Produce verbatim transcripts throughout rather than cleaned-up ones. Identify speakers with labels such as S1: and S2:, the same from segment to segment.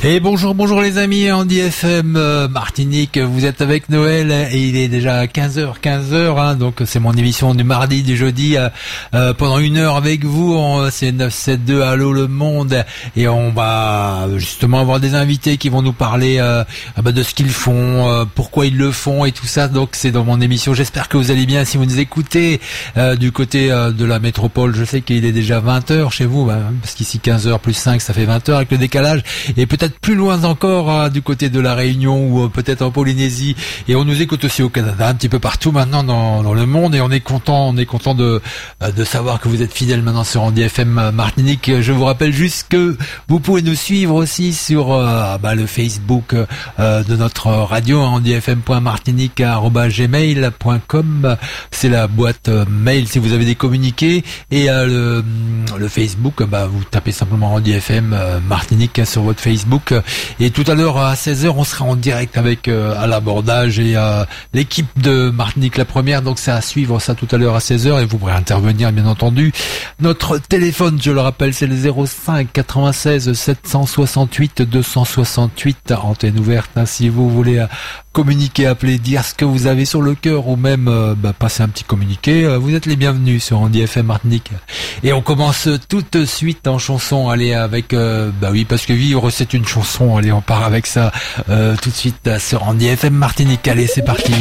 S1: Et bonjour, bonjour les amis, Andy F M euh, Martinique, vous êtes avec Noël et il est déjà quinze heures, quinze heures, hein, donc c'est mon émission du mardi, du jeudi, euh, euh, pendant une heure avec vous, on, c'est neuf sept deux Allô le monde, et on va justement avoir des invités qui vont nous parler euh, bah, de ce qu'ils font, euh, pourquoi ils le font et tout ça, donc c'est dans mon émission. J'espère que vous allez bien. Si vous nous écoutez euh, du côté euh, de la métropole, je sais qu'il est déjà vingt heures chez vous, bah, parce qu'ici quinze heures plus cinq ça fait vingt heures avec le décalage, et peut-être plus loin encore hein, du côté de la Réunion ou euh, peut-être en Polynésie, et on nous écoute aussi au Canada, un petit peu partout maintenant dans, dans le monde, et on est content, on est content de de savoir que vous êtes fidèles maintenant sur Andy F M Martinique. Je vous rappelle juste que vous pouvez nous suivre aussi sur euh, bah, le Facebook euh, de notre radio, andy f m point martinique arobase gmail point com, c'est la boîte euh, mail si vous avez des communiqués, et euh, le, le Facebook, bah, vous tapez simplement Andy F M euh, Martinique hein, sur votre Facebook. Et tout à l'heure à seize heures, on sera en direct avec euh, à l'abordage et euh, l'équipe de Martinique la première. Donc c'est à suivre ça tout à l'heure à seize heures, et vous pourrez intervenir bien entendu. Notre téléphone, je le rappelle, c'est le zéro cinq quatre-vingt-seize sept cent soixante-huit deux cent soixante-huit, antenne ouverte hein, si vous voulez euh, communiquer, appeler, dire ce que vous avez sur le cœur, ou même euh, bah, passer un petit communiqué. Euh, vous êtes les bienvenus sur Andy F M Martinique. Et on commence tout de suite en chanson. Allez avec euh, bah oui, parce que vivre c'est une chanson. Allez, on part avec ça euh, tout de suite euh, sur Andy F M Martinique. Allez, c'est parti.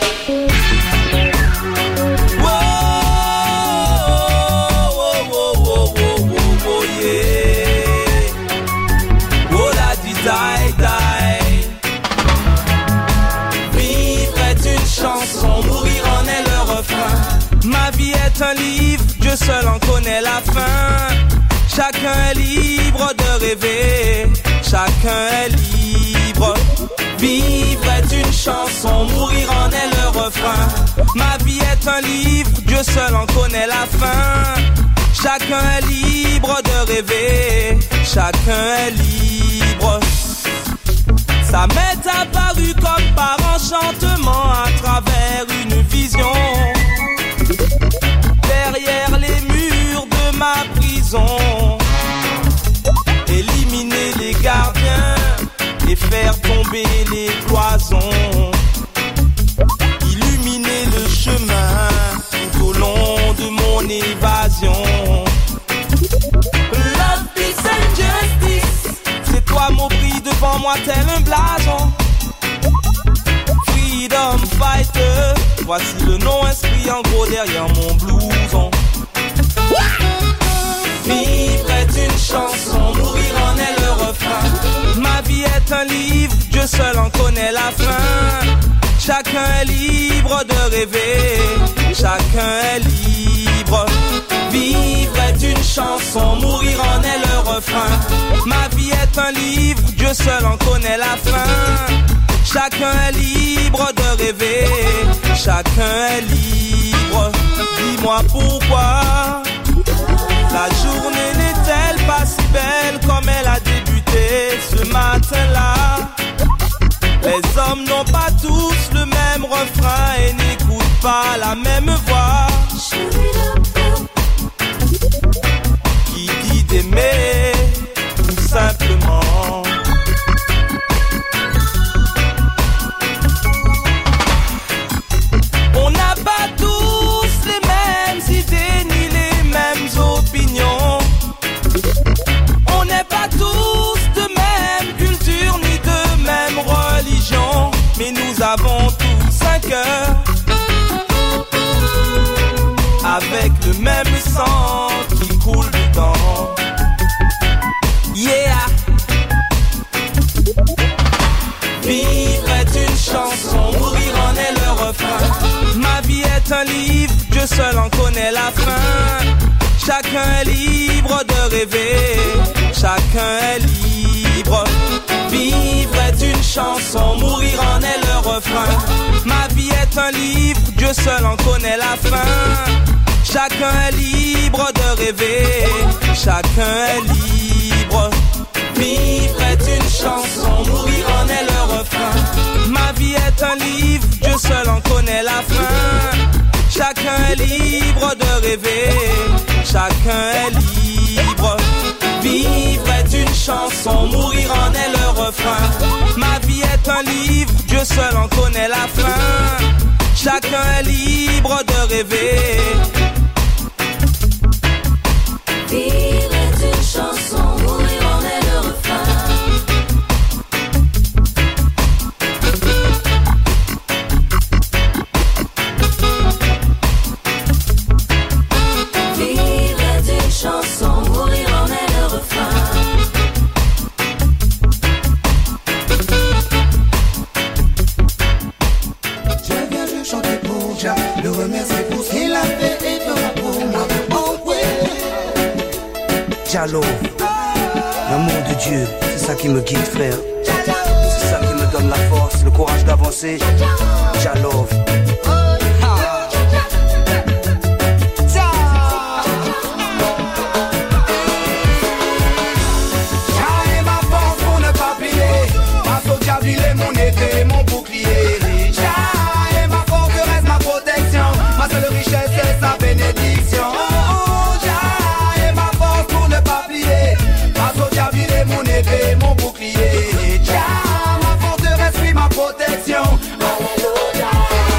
S2: Ma vie est un livre, Dieu seul en connaît la fin. Chacun est libre de rêver, chacun est libre. Vivre est une chanson, mourir en est le refrain. Ma vie est un livre, Dieu seul en connaît la fin. Chacun est libre de rêver, chacun est libre. Ça m'est apparu comme par enchantement à travers une vision. Derrière les murs de ma prison, éliminer les gardiens et faire tomber les cloisons, illuminer le chemin tout au long de mon évasion. Love, peace and justice, c'est toi mon prix devant moi tel un blason. Freedom fighter, voici le nom inscrit en gros derrière mon blouson. Vivre est une chanson, mourir en est le refrain. Ma vie est un livre, Dieu seul en connaît la fin. Chacun est libre de rêver, chacun est libre. Vivre est une chanson, mourir en est le refrain. Ma vie est un livre, Dieu seul en connaît la fin. Chacun est libre de rêver, chacun est libre. Dis-moi pourquoi la journée n'est-elle pas si belle comme elle a débuté ce matin-là. Les hommes n'ont pas tous le même refrain et n'écoutent pas la même voix. Qui dit d'aimer tout simplement. On n'a pas tous les mêmes idées ni les mêmes opinions. On n'est pas tous de même culture ni de même religion. Mais nous avons tous un cœur avec le même sang qui coule dedans. Yeah. Vivre est une chanson, mourir en est le refrain. Ma vie est un livre, Dieu seul en connaît la fin. Chacun est libre de rêver, chacun est libre. Vivre est une chanson, mourir en est le refrain. Ma vie est un livre, Dieu seul en connaît la fin. Chacun est libre de rêver, chacun est libre. Vivre est une chanson, mourir en est le refrain. Ma vie est un livre, Dieu seul en connaît la fin. Chacun est libre de rêver, chacun est libre. Vivre est une chanson, mourir en est le refrain. Ma vie est un livre, Dieu seul en connaît la fin. Chacun est libre de rêver.
S3: Vivre est une chanson, mourir en est le refrain. Vivre est une chanson, mourir en est le refrain.
S4: Je viens juste chanter pour Jah, le remercier pour ce qu'il a fait et fera pour moi. Oh oui.
S5: Jah love, l'amour de Dieu, c'est ça qui me guide, frère. C'est ça qui me donne la force, le courage d'avancer. Jah love.
S4: Jah est ma force pour ne pas plier. Ma sauce, Jah, il est mon épée, mon bouclier. Jah est ma forteresse, ma protection. Ma seule richesse, c'est sa bénédiction. Oh, Jah est ma force pour ne pas plier. Ma sauce, Jah, il est mon épée, mon bouclier. Jah, ma forteresse, oui, ma protection. Alléluia.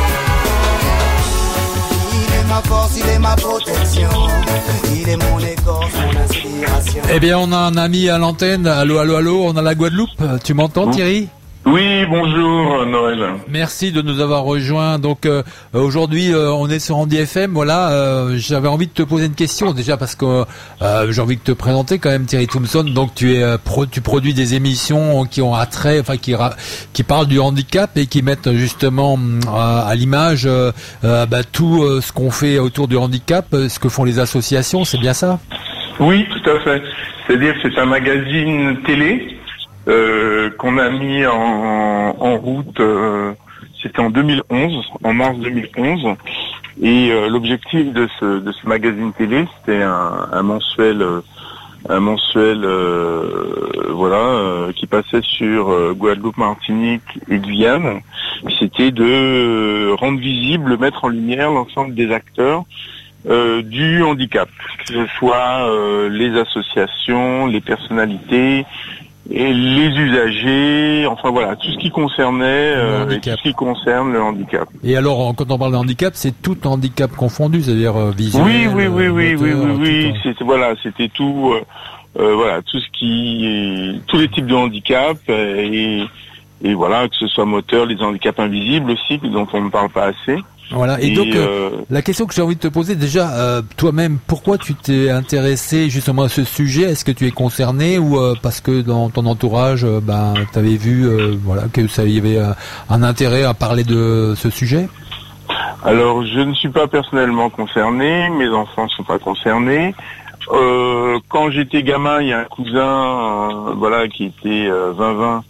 S4: Il est ma force, il est ma protection. Il est mon écorce, mon inspiration.
S1: Eh bien, on a un ami à l'antenne. Allô, allô, allô, on a la Guadeloupe. Tu m'entends, Thierry ?
S6: Oui, bonjour Noël.
S1: Merci de nous avoir rejoints. Donc euh, aujourd'hui, euh, on est sur Andy F M. Voilà, euh, j'avais envie de te poser une question déjà parce que euh, j'ai envie de te présenter quand même, Thierry Thompson. Donc tu es euh, pro, tu produis des émissions qui ont attrait, enfin qui qui parlent du handicap et qui mettent justement euh, à l'image euh, euh, bah, tout euh, ce qu'on fait autour du handicap, ce que font les associations. C'est bien ça ?
S6: Oui, tout à fait. C'est-à-dire que c'est un magazine télé. Euh, qu'on a mis en, en route, euh, c'était en deux mille onze, en mars deux mille onze, et euh, l'objectif de ce de ce magazine télé, c'était un, un mensuel, euh, un mensuel, euh, voilà, euh, qui passait sur euh, Guadeloupe, Martinique et Guyane. C'était de rendre visible, mettre en lumière l'ensemble des acteurs euh, du handicap, que ce soit euh, les associations, les personnalités. Et les usagers, enfin voilà, tout ce qui concernait, euh, et tout ce qui concerne le handicap.
S1: Et alors, quand on parle de handicap, c'est tout handicap confondu, c'est-à-dire euh, visuel.
S6: Oui, oui, oui, oui,
S1: moteur,
S6: oui, oui, oui.
S1: Tout,
S6: C'était voilà, c'était tout, euh, euh, voilà, tout ce qui, tous les types de handicap et et voilà, que ce soit moteur, les handicaps invisibles aussi, dont on ne parle pas assez.
S1: Voilà. Et, et donc, euh, la question que j'ai envie de te poser, déjà, euh, toi-même, pourquoi tu t'es intéressé justement à ce sujet ? Est-ce que tu es concerné ou euh, parce que dans ton entourage, euh, ben, tu avais vu, euh, voilà, que ça y avait euh, un intérêt à parler de ce sujet ?
S6: Alors, je ne suis pas personnellement concerné, mes enfants ne sont pas concernés. Euh, quand j'étais gamin, il y a un cousin, euh, voilà, qui était euh, vingt vingt,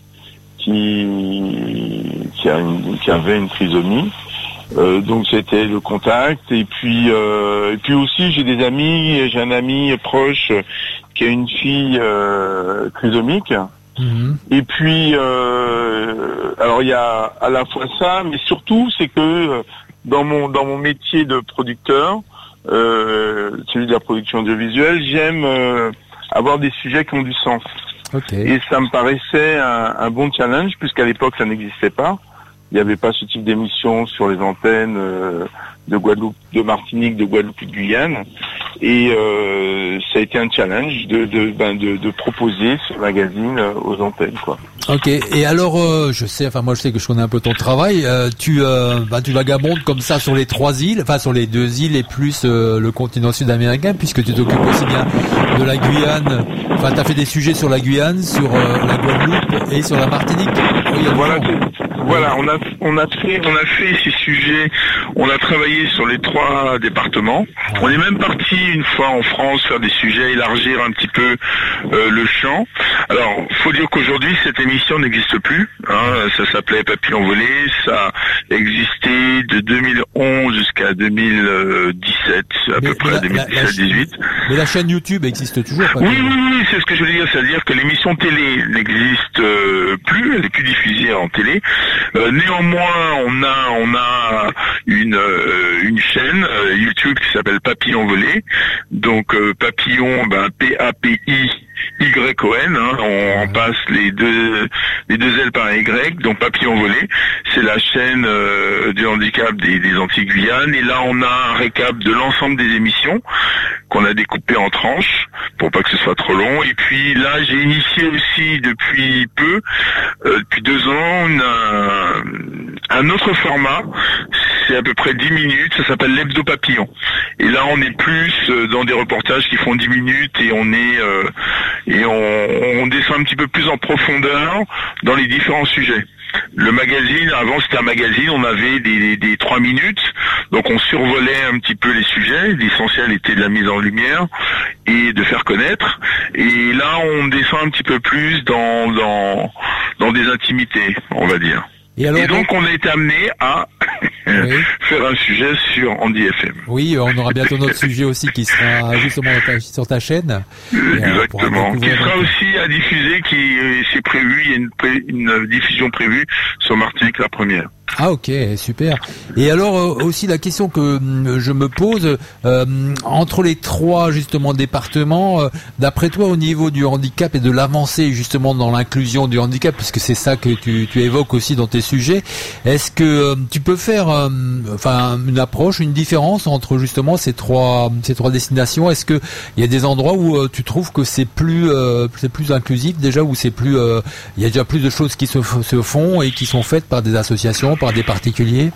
S6: qui qui, a une, qui avait une trisomie. Euh, donc c'était le contact et puis euh, et puis aussi j'ai des amis, j'ai un ami proche qui a une fille euh, trisomique. Mmh. Et puis euh, alors il y a à la fois ça, mais surtout c'est que dans mon dans mon métier de producteur, euh, celui de la production audiovisuelle, j'aime euh, avoir des sujets qui ont du sens. Okay. Et ça me paraissait un, un bon challenge puisqu'à l'époque ça n'existait pas. Il n'y avait pas ce type d'émission sur les antennes euh, de Guadeloupe, de Martinique, de Guadeloupe et de Guyane. Et euh, ça a été un challenge de de, ben de de proposer ce magazine aux antennes, quoi.
S1: Ok. Et alors, euh, je sais, enfin moi je sais que je connais un peu ton travail. Euh, tu euh, ben, tu vagabondes comme ça sur les trois îles, enfin sur les deux îles et plus euh, le continent sud-américain, puisque tu t'occupes aussi bien de la Guyane. Enfin, tu as fait des sujets sur la Guyane, sur euh, la Guadeloupe et sur la Martinique. Oui,
S6: voilà. Voilà, on a on a fait on a fait ces sujets, on a travaillé sur les trois départements. Ouais. On est même parti une fois en France faire des sujets, élargir un petit peu euh, le champ. Alors, faut dire qu'aujourd'hui cette émission n'existe plus. Hein, ça s'appelait Papillon volé, ça existait de deux mille onze jusqu'à deux mille dix-sept, à mais, peu près, deux mille dix-sept dix-huit.
S1: Mais la chaîne YouTube existe toujours.
S6: Oui, oui, oui, c'est ce que je veux dire, c'est-à-dire que l'émission télé n'existe euh, plus, elle n'est plus diffusée en télé. Euh, néanmoins, on a on a une euh, une chaîne euh, YouTube qui s'appelle Papillon volé. Donc euh, Papillon, ben P A P I Y O N, hein, on remplace les deux les deux L par un Y, donc Papillon Volé. C'est la chaîne euh, du handicap des, des Antilles-Guyane. Et là, on a un récap de l'ensemble des émissions qu'on a découpées en tranches pour pas que ce soit trop long. Et puis là, j'ai initié aussi depuis peu, euh, depuis deux ans, une, un, un autre format. C'est à peu près dix minutes. Ça s'appelle l'Hebdo Papillon. Et là, on est plus euh, dans des reportages qui font dix minutes et on est euh, et on, on descend un petit peu plus en profondeur dans les différents sujets. Le magazine, avant c'était un magazine, on avait des, des, des trois minutes, donc on survolait un petit peu les sujets, l'essentiel était de la mise en lumière et de faire connaître, et là on descend un petit peu plus dans, dans, dans des intimités, on va dire. Et, alors, et donc, donc on a été amené à oui. faire un sujet sur Andy F M.
S1: Oui, on aura bientôt notre sujet aussi qui sera justement sur ta chaîne.
S6: Exactement. Qui sera aussi à diffuser, qui c'est prévu, il y a une, pré, une diffusion prévue sur Martinique la première.
S1: Ah ok, super. Et alors euh, aussi la question que euh, je me pose, euh, entre les trois justement départements, euh, d'après toi au niveau du handicap et de l'avancée justement dans l'inclusion du handicap, puisque c'est ça que tu, tu évoques aussi dans tes sujets, est-ce que euh, tu peux faire euh, enfin une approche, une différence entre justement ces trois ces trois destinations? Est-ce que il y a des endroits où euh, tu trouves que c'est plus euh, c'est plus inclusif déjà, où c'est plus euh, il y a déjà plus de choses qui se, se font et qui sont faites par des associations, par des particuliers?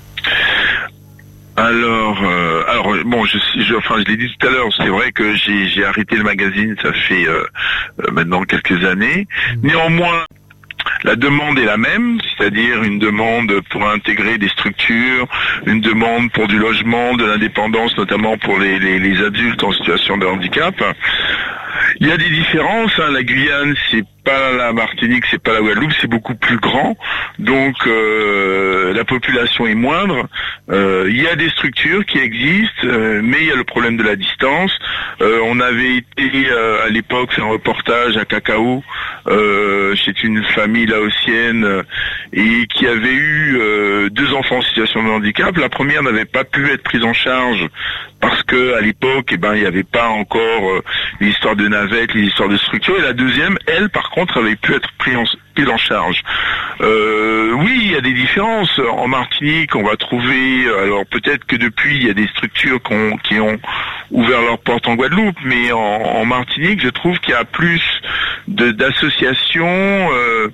S6: Alors, euh, alors bon, je, je, enfin, je l'ai dit tout à l'heure, c'est vrai que j'ai, j'ai arrêté le magazine, ça fait euh, maintenant quelques années. Mmh. Néanmoins, la demande est la même, c'est-à-dire une demande pour intégrer des structures, une demande pour du logement, de l'indépendance, notamment pour les, les, les adultes en situation de handicap. Il y a des différences, hein. La Guyane, c'est pas la Martinique, c'est pas la Guadeloupe, c'est beaucoup plus grand, donc euh, la population est moindre. Euh, il y a des structures qui existent, euh, mais il y a le problème de la distance. Euh, on avait été euh, à l'époque faire un reportage à Cacao, euh, chez une famille laotienne, euh, et qui avait eu euh, deux enfants en situation de handicap. La première n'avait pas pu être prise en charge parce que à l'époque, eh ben, il n'y avait pas encore euh, les histoires de navettes, les histoires de structures. Et la deuxième, elle, par contre, avait pu être prise en, prise en charge. Euh, oui, il y a des différences. En Martinique, on va trouver, alors peut-être que depuis, il y a des structures qu'on, qui ont ouvert leurs portes en Guadeloupe, mais en, en Martinique, je trouve qu'il y a plus de, d'associations euh,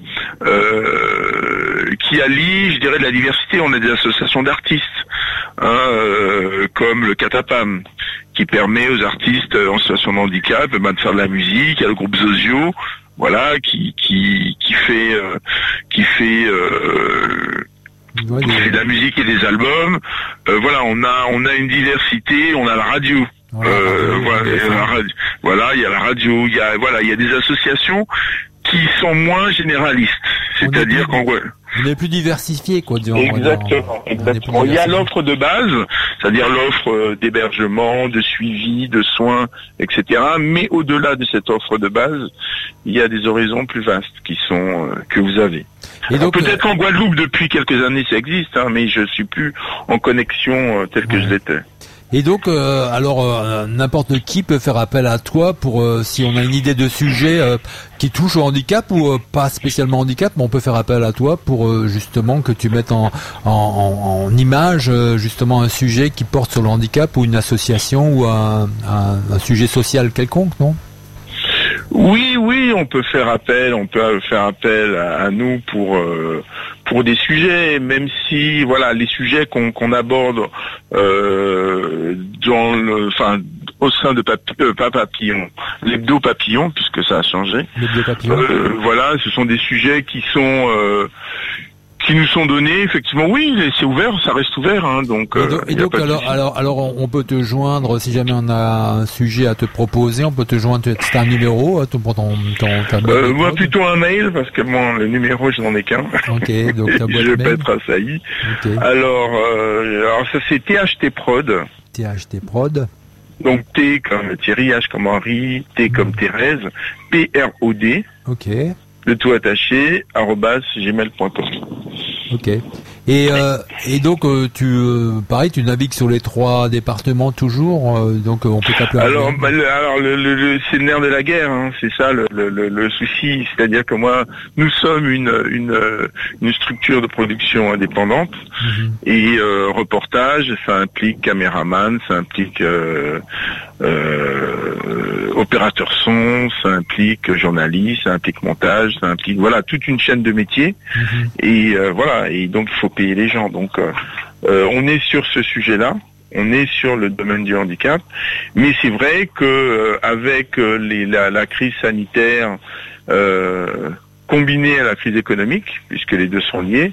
S6: euh, qui allient, je dirais, de la diversité. On a des associations d'artistes, hein, euh, comme le Catapam, qui permet aux artistes en situation de handicap ben, de faire de la musique. Il y a le groupe Zozio, voilà, qui qui qui fait euh, qui fait euh, ouais, qui fait de la musique et des albums. Euh, voilà, on a on a une diversité, on a la radio. Ouais, euh, voilà, il y a la radio, voilà, il y a la radio, il y a voilà, il y a des associations qui sont moins généralistes, c'est-à-dire qu'en
S1: on est plus diversifié, quoi. Disons,
S6: exactement, exactement. Il y a l'offre de base, c'est-à-dire l'offre d'hébergement, de suivi, de soins, et cetera. Mais au-delà de cette offre de base, il y a des horizons plus vastes qui sont euh, que vous avez. Et donc, peut-être euh... qu'en Guadeloupe, depuis quelques années, ça existe, hein, mais je suis plus en connexion euh, telle que ouais. je l'étais.
S1: Et donc, euh, alors, euh, n'importe qui peut faire appel à toi pour, euh, si on a une idée de sujet euh, qui touche au handicap ou euh, pas spécialement handicap, mais on peut faire appel à toi pour euh, justement que tu mettes en, en, en, en image euh, justement un sujet qui porte sur le handicap ou une association ou un, un, un sujet social quelconque, non ?
S6: Oui, oui, on peut faire appel, on peut faire appel à, à nous pour euh, pour des sujets, même si voilà les sujets qu'on qu'on aborde euh, dans le, enfin au sein de papi, euh, pas papillon, l'hebdo papillon puisque ça a changé.
S1: L'hebdo papillon.
S6: Euh, voilà, ce sont des sujets qui sont euh, qui nous sont donnés, effectivement, oui, c'est ouvert, ça reste ouvert, hein, donc.
S1: Et donc, euh, et donc alors, alors, alors, on peut te joindre si jamais on a un sujet à te proposer, on peut te joindre. C'est un numéro, ton, ton, ton, ta boîte
S6: euh, moi plutôt un mail parce que moi le numéro je n'en ai qu'un.
S1: Ok, donc ta boîte
S6: je vais
S1: mail.
S6: pas être assailli.
S1: Okay.
S6: Alors, euh, alors ça c'est T H T Prod.
S1: T H T Prod.
S6: Donc T comme Thierry, H comme Henri, T comme Thérèse, P R O D.
S1: Ok.
S6: Le tout attaché, arobase gmail point com.
S1: Ok. Et, euh, et donc, euh, tu, euh, pareil, tu navigues sur les trois départements toujours, euh, donc euh, on peut t'appeler.
S6: Alors, bah, le, alors le, le, le, c'est le nerf de la guerre, hein, c'est ça le, le, le, le souci. C'est-à-dire que moi, nous sommes une, une, une structure de production indépendante mm-hmm. et euh, reportage, ça implique caméraman, ça implique euh, euh, opérateur son, ça implique journaliste, ça implique montage, ça implique voilà toute une chaîne de métiers mm-hmm. et euh, voilà et donc il faut payer les gens. Donc euh, euh, on est sur ce sujet-là. On est sur le domaine du handicap, mais c'est vrai que euh, avec euh, les, la, la crise sanitaire euh, combinée à la crise économique, puisque les deux sont liés,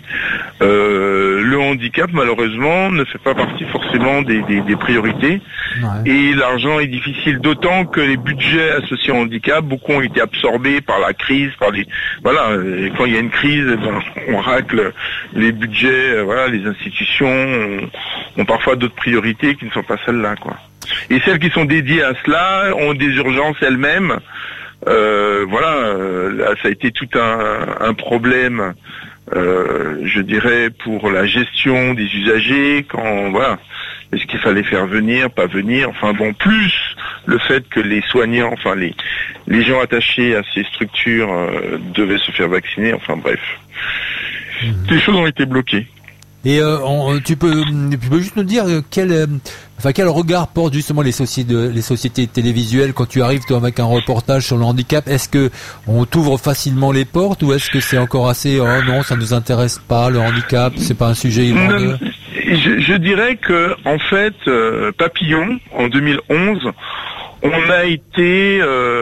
S6: euh, le handicap malheureusement ne fait pas partie forcément des, des, des priorités. Ouais. Et l'argent est difficile, d'autant que les budgets associés au handicap, beaucoup ont été absorbés par la crise, par les voilà. Et quand il y a une crise, ben, on racle les budgets, voilà, les institutions ont, ont parfois d'autres priorités qui ne sont pas celles-là, quoi. Et celles qui sont dédiées à cela ont des urgences elles-mêmes. Euh, voilà, euh, ça a été tout un, un problème, euh, je dirais, pour la gestion des usagers, quand, voilà, est-ce qu'il fallait faire venir, pas venir, enfin bon, plus le fait que les soignants, enfin les, les gens attachés à ces structures euh, devaient se faire vacciner, enfin bref, mmh. les choses ont été bloquées.
S1: Et euh, on, tu peux, tu peux juste nous dire quel, euh, enfin quel regard portent justement les sociétés, les sociétés télévisuelles quand tu arrives toi avec un reportage sur le handicap. Est-ce que on t'ouvre facilement les portes ou est-ce que c'est encore assez oh non ça nous intéresse pas le handicap, c'est pas un sujet
S6: non, je, je dirais que en fait euh, Papillon en deux mille onze on a été,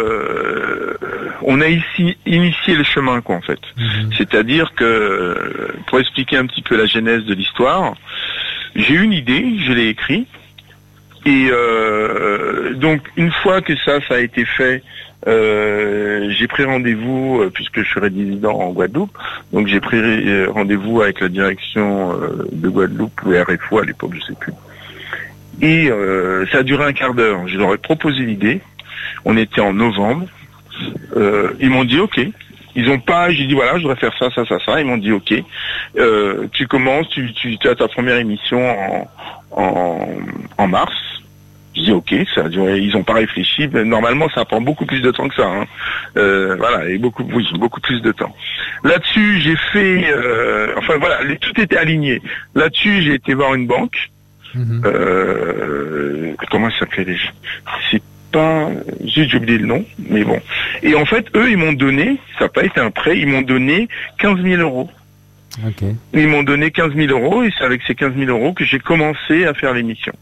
S6: euh, on a ici initié le chemin, quoi, en fait. Mmh. C'est-à-dire que, pour expliquer un petit peu la genèse de l'histoire, j'ai eu une idée, je l'ai écrit, et euh, donc une fois que ça, ça a été fait, euh, j'ai pris rendez-vous, euh, puisque je suis résident en Guadeloupe, donc j'ai pris euh, rendez-vous avec la direction euh, de Guadeloupe, ou R F O à l'époque, je sais plus. Et euh, ça a duré un quart d'heure. Je leur ai proposé l'idée. On était en novembre. Euh, ils m'ont dit OK. Ils ont pas. J'ai dit voilà, je voudrais faire ça, ça, ça, ça. Ils m'ont dit OK. Euh, tu commences. Tu, tu, tu as ta première émission en, en, en mars. Je dis OK. Ça a duré. Ils ont pas réfléchi. Mais normalement, ça prend beaucoup plus de temps que ça. Hein. Euh, voilà, et beaucoup, oui, beaucoup plus de temps. Là-dessus, j'ai fait. Euh, enfin voilà, les, tout était aligné. Là-dessus, j'ai été voir une banque. Mmh. Euh, comment ça s'appelait déjà ? C'est pas, j'ai oublié le nom, mais bon. Et en fait, eux, ils m'ont donné, ça n'a pas été un prêt, ils m'ont donné quinze mille euros. Okay. Ils m'ont donné quinze mille euros et c'est avec ces quinze mille euros que j'ai commencé à faire l'émission.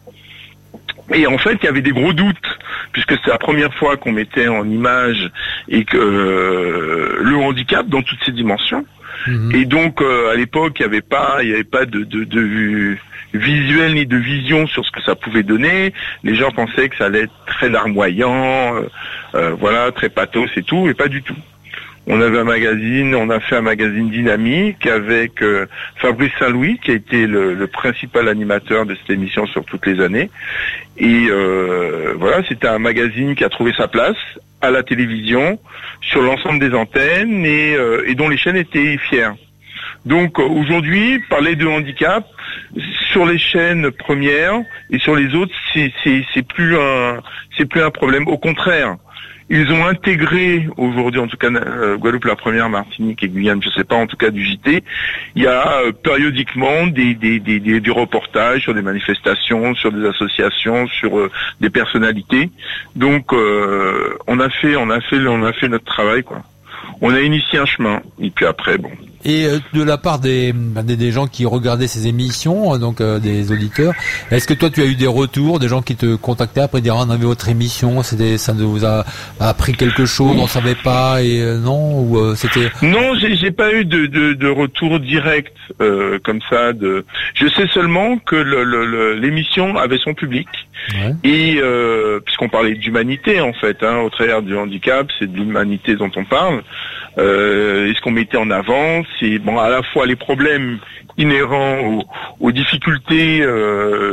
S6: Et en fait, il y avait des gros doutes, puisque c'est la première fois qu'on mettait en image et que euh, le handicap dans toutes ses dimensions. Mmh. Et donc, euh, à l'époque, il n'y avait pas, il n'y avait pas de, de, de visuel ni de vision sur ce que ça pouvait donner. Les gens pensaient que ça allait être très larmoyant, euh, euh, voilà, très pathos et tout, et pas du tout. On avait un magazine, on a fait un magazine dynamique avec euh, Fabrice Saint-Louis, qui a été le, le principal animateur de cette émission sur toutes les années. Et euh, voilà, c'était un magazine qui a trouvé sa place à la télévision, sur l'ensemble des antennes, et, euh, et dont les chaînes étaient fières. Donc aujourd'hui, parler de handicap sur les chaînes premières et sur les autres, c'est, c'est, c'est plus un, c'est plus un problème. Au contraire, ils ont intégré aujourd'hui, en tout cas euh, Guadeloupe la première, Martinique et Guyane, je sais pas, en tout cas du J T, il y a euh, périodiquement des, des, des, des, des reportages sur des manifestations, sur des associations, sur euh, des personnalités. Donc euh, on a fait, on a fait, on a fait notre travail, quoi. On a initié un chemin et puis après, bon.
S1: Et euh, de la part des, des des gens qui regardaient ces émissions, donc euh, des auditeurs, est-ce que toi tu as eu des retours, des gens qui te contactaient après dire ah, on avait votre émission, c'était ça nous a appris quelque chose, on savait pas et euh, non ou euh, c'était
S6: Non, j'ai, j'ai pas eu de de, de retour direct euh, comme ça. De, je sais seulement que le, le, le, l'émission avait son public ouais. et euh, puisqu'on parlait d'humanité en fait, hein, au travers du handicap, c'est de l'humanité dont on parle. Euh, et ce qu'on mettait en avant, c'est bon à la fois les problèmes inhérents aux, aux difficultés euh,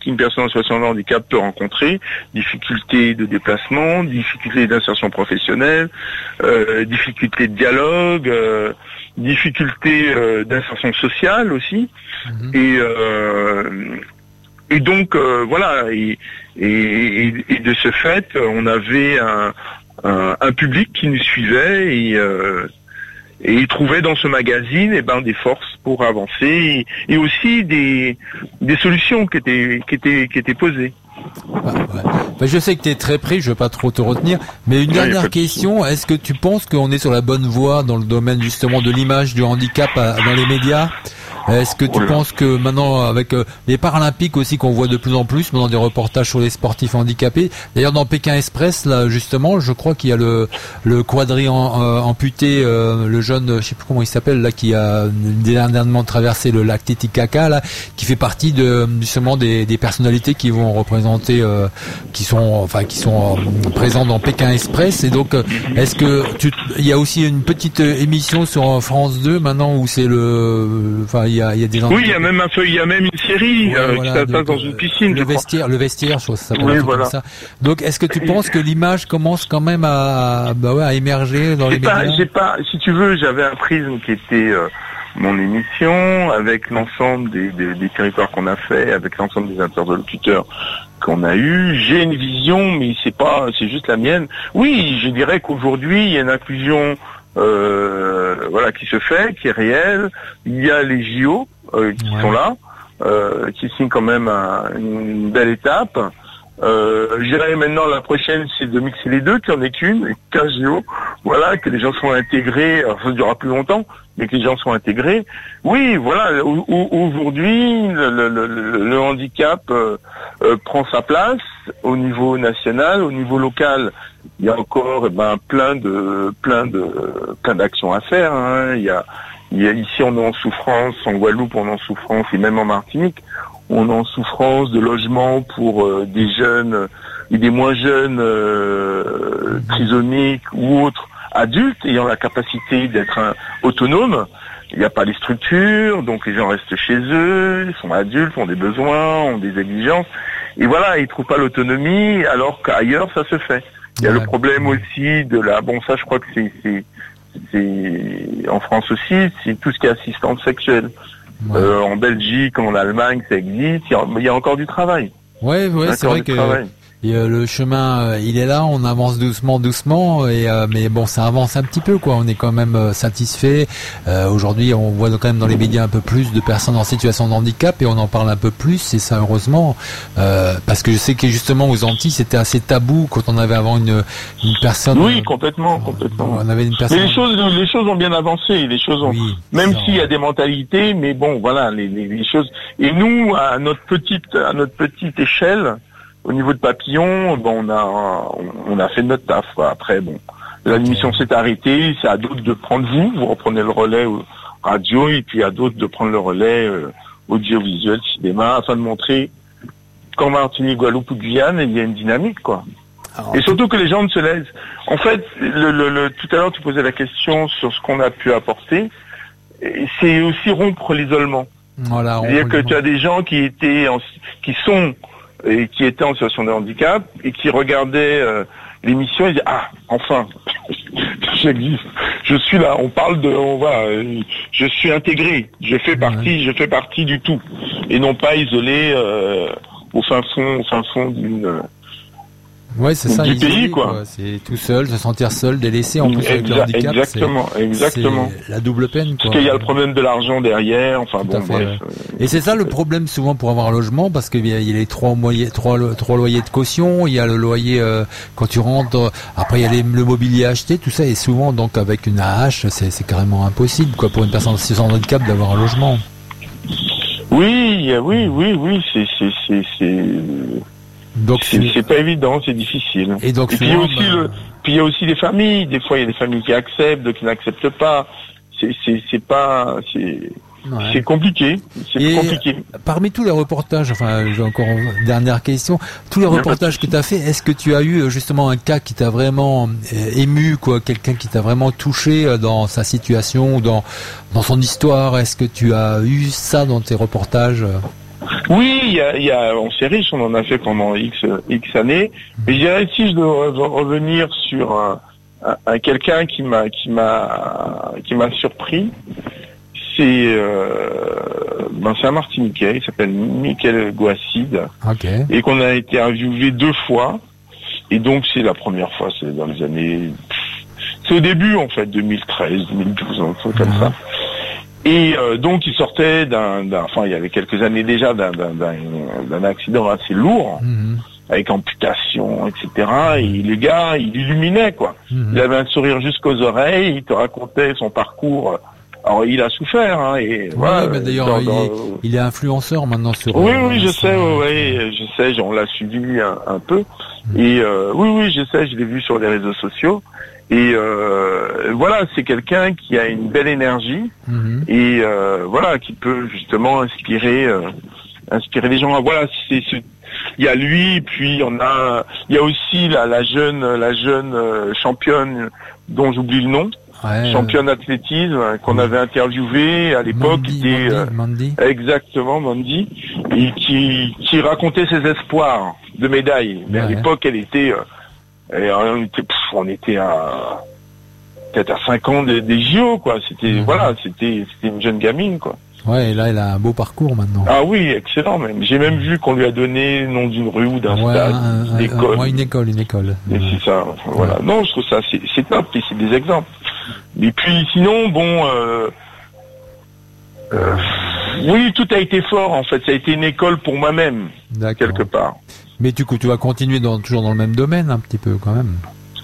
S6: qu'une personne en situation de handicap peut rencontrer, difficultés de déplacement, difficultés d'insertion professionnelle, euh, difficultés de dialogue, euh, difficultés euh, d'insertion sociale aussi, mmh. et euh, et donc euh, voilà, et, et, et de ce fait, on avait un, un, un public qui nous suivait et euh, et il trouvait dans ce magazine eh ben des forces pour avancer et, et aussi des des solutions qui étaient qui étaient qui étaient posées.
S1: Ah, ouais. Ben, je sais que tu es très pris, je vais pas trop te retenir, mais une dernière ouais, question, est-ce que tu penses qu'on est sur la bonne voie dans le domaine justement de l'image du handicap à, dans les médias ? Est-ce que tu
S6: Oula.
S1: penses que maintenant, avec euh, les Paralympiques aussi qu'on voit de plus en plus, maintenant des reportages sur les sportifs handicapés, d'ailleurs dans Pékin Express, là justement, je crois qu'il y a le le quadri en, euh, amputé, euh, le jeune, je sais plus comment il s'appelle, là qui a dernièrement traversé le lac Titicaca, là, qui fait partie de justement des, des personnalités qui vont représenter, euh, qui sont enfin qui sont euh, présents dans Pékin Express. Et donc, euh, est-ce que tu, il y a aussi une petite émission sur France deux maintenant où c'est le, enfin il y a, il y a des gens.
S6: Oui, il y a même un il y a même une série
S1: ouais,
S6: euh,
S1: voilà,
S6: qui se passe
S1: donc,
S6: dans une piscine.
S1: Le vestiaire, le vestiaire, je trouve ça.
S6: Oui, voilà.
S1: Comme ça. Donc, est-ce que tu penses que l'image commence quand même à, bah ouais, à émerger dans
S6: j'ai
S1: les
S6: pas,
S1: médias?
S6: J'ai pas, si tu veux, j'avais un prisme qui était euh, mon émission avec l'ensemble des, des, des territoires qu'on a fait, avec l'ensemble des interlocuteurs qu'on a eu. J'ai une vision, mais c'est pas, c'est juste la mienne. Oui, je dirais qu'aujourd'hui il y a une inclusion. Euh, voilà, qui se fait, qui est réelle. Il y a les J O euh, qui ouais. sont là, euh, qui signent quand même un, une belle étape. Euh, je dirais maintenant la prochaine, c'est de mixer les deux, qu'il n'y en ait qu'une, qu'un J O. Voilà, que les gens soient intégrés. Alors ça ne durera plus longtemps, mais que les gens soient intégrés. Oui, voilà. Aujourd'hui, le, le, le, le handicap euh, euh, prend sa place au niveau national, au niveau local. Il y a encore eh ben, plein de plein de plein d'actions à faire. Hein. Il y a, il y a ici on est en souffrance, en Guadeloupe on est en souffrance et même en Martinique on est en souffrance de logement pour euh, des jeunes et des moins jeunes euh, trisomiques ou autres adultes ayant la capacité d'être un, autonomes. Il n'y a pas les structures, donc les gens restent chez eux, ils sont adultes, ont des besoins, ont des exigences. Et voilà, ils ne trouvent pas l'autonomie alors qu'ailleurs ça se fait. Il y a ouais. le problème aussi de la... Bon, ça, je crois que c'est, c'est, c'est en France aussi, c'est tout ce qui est assistance sexuelle. Ouais. Euh, en Belgique, en Allemagne, ça existe. Il y a, il y a encore du travail.
S1: Ouais, ouais, c'est vrai que et, euh, le chemin, euh, il est là. On avance doucement, doucement, et euh, mais bon, ça avance un petit peu, quoi. On est quand même euh, satisfait. Euh, aujourd'hui, on voit quand même dans les médias un peu plus de personnes en situation de handicap, et on en parle un peu plus. Et ça, heureusement, euh, parce que je sais que justement aux Antilles, c'était assez tabou quand on avait avant une une personne.
S6: Oui, complètement, complètement.
S1: On avait une personne.
S6: Mais les choses, les choses ont bien avancé. Les choses ont, oui, même s'il y a des mentalités, mais bon, voilà, les, les, les choses. Et nous, à notre petite, à notre petite échelle. Au niveau de Papillon, bon, on a on a fait notre taf. Quoi. Après, bon, l'émission s'est arrêtée. C'est à d'autres de prendre vous. Vous reprenez le relais radio et puis à d'autres de prendre le relais euh, audiovisuel, cinéma, afin de montrer qu'en Martinique, Guadeloupe ou Guyane, il y a une dynamique, quoi. Alors, et surtout que les gens ne se laissent. En fait, le, le, le, tout à l'heure, tu posais la question sur ce qu'on a pu apporter. Et c'est aussi rompre l'isolement.
S1: Voilà.
S6: C'est-à-dire que tu as des gens qui étaient, en, qui sont et qui étaient en situation de handicap et qui regardaient euh, l'émission et disaient ah enfin j'existe, je suis là, on parle de on va euh, je suis intégré, je fais partie, je fais partie du tout et non pas isolé euh, au fin fond au fin fond d'une
S1: Ouais, c'est ça,
S6: du
S1: isolé,
S6: pays, quoi.
S1: quoi. C'est tout seul, se sentir seul, délaissé, en plus
S6: Exa-
S1: avec le handicap.
S6: Exactement,
S1: c'est,
S6: exactement.
S1: C'est la double peine, quoi.
S6: Parce qu'il y a le problème de l'argent derrière, enfin
S1: tout
S6: bon,
S1: fait,
S6: bref.
S1: ouais. Et c'est ça le problème souvent pour avoir un logement, parce qu'il y a, il y a les trois moyens, trois, trois loyers de caution, il y a le loyer euh, quand tu rentres, après il y a les, le mobilier acheté, tout ça, et souvent donc avec une A H, c'est, c'est carrément impossible, quoi, pour une personne en situation de handicap d'avoir un logement.
S6: Oui, oui, oui, oui, c'est, c'est, c'est, c'est...
S1: Donc
S6: c'est, c'est, c'est pas évident, c'est difficile.
S1: Et donc
S6: et puis il y a aussi bah... le, puis il y a aussi des familles. Des fois il y a des familles qui acceptent, d'autres qui n'acceptent pas. C'est, c'est, c'est pas, c'est, ouais. c'est compliqué. C'est
S1: et
S6: compliqué.
S1: Parmi tous les reportages, enfin j'ai encore une dernière question. Tous les reportages que tu as fait, est-ce que tu as eu justement un cas qui t'a vraiment ému, quoi, quelqu'un qui t'a vraiment touché dans sa situation ou dans dans son histoire? Est-ce que tu as eu ça dans tes reportages?
S6: Oui, il y a, il y a, on s'est riche, on en a fait pendant X, X années. Mais je dirais si je dois revenir sur un, un, un quelqu'un qui m'a, qui m'a, qui m'a surpris, c'est, euh, ben c'est un Martiniquais, il s'appelle Michael Gouasside,
S1: okay.
S6: Et qu'on a été interviewé deux fois. Et donc c'est la première fois, c'est dans les années, c'est au début en fait, deux mille treize, deux mille douze, un truc comme ça. Et euh, donc il sortait d'un, d'un, enfin il y avait quelques années déjà d'un, d'un, d'un, d'un accident assez lourd, mmh. avec amputation, et cetera. Et le gars, il illuminait quoi. Mmh. Il avait un sourire jusqu'aux oreilles, il te racontait son parcours. Alors il a souffert, hein, et
S1: oui,
S6: voilà.
S1: Mais d'ailleurs,
S6: dans,
S1: il,
S6: dans...
S1: Est, il est influenceur maintenant sur.
S6: Oui,
S1: euh,
S6: oui, je
S1: sur,
S6: sais,
S1: euh,
S6: oui, je sais, on l'a suivi un, un peu. Mmh. Et euh, oui, oui, je sais, je l'ai vu sur les réseaux sociaux. Et euh, voilà, c'est quelqu'un qui a une belle énergie mmh. et euh, voilà, qui peut justement inspirer, euh, inspirer les gens. Voilà, c'est, c'est, il y a lui, puis on a, il y a aussi la, la jeune, la jeune euh, championne dont j'oublie le nom, ouais, championne d'athlétisme euh, qu'on oui. avait interviewée à l'époque,
S1: Mandy,
S6: qui était euh,
S1: Mandy.
S6: exactement Mandy, et qui, qui racontait ses espoirs de médaille. Mais ouais. à l'époque, elle était euh, Et on était, pff, on était à peut-être à cinq ans des, des J O, quoi. C'était mmh. voilà, c'était c'était une jeune gamine, quoi.
S1: Ouais, et là, elle a un beau parcours maintenant.
S6: Ah oui, excellent même. J'ai même vu qu'on lui a donné le nom d'une rue ou d'un
S1: ouais,
S6: stade,
S1: un,
S6: une école.
S1: Ouais, une école, une école.
S6: Et c'est ça. Enfin, voilà. Ouais. Non, je trouve ça c'est, c'est top. Et c'est des exemples. Et puis sinon, bon. Euh, euh, oui, tout a été fort en fait. Ça a été une école pour moi-même, D'accord. quelque part.
S1: Mais du coup, tu vas continuer dans, toujours dans le même domaine, un petit peu, quand même.